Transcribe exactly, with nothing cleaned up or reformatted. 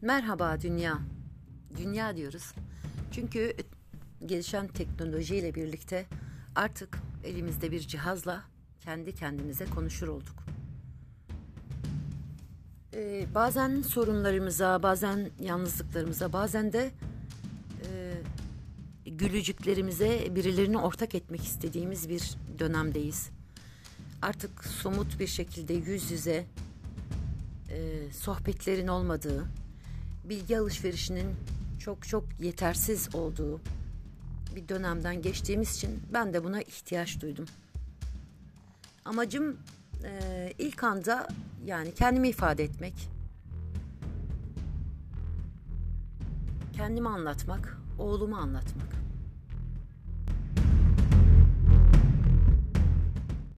Merhaba dünya. Dünya diyoruz. Çünkü gelişen teknolojiyle birlikte artık elimizde bir cihazla kendi kendimize konuşur olduk. Ee, bazen sorunlarımıza, bazen yalnızlıklarımıza, bazen de e, gülücüklerimize birilerini ortak etmek istediğimiz bir dönemdeyiz. Artık somut bir şekilde yüz yüze e, sohbetlerin olmadığı, bilgi alışverişinin çok çok yetersiz olduğu bir dönemden geçtiğimiz için ben de buna ihtiyaç duydum. Amacım e, ilk anda yani kendimi ifade etmek, kendimi anlatmak, oğlumu anlatmak.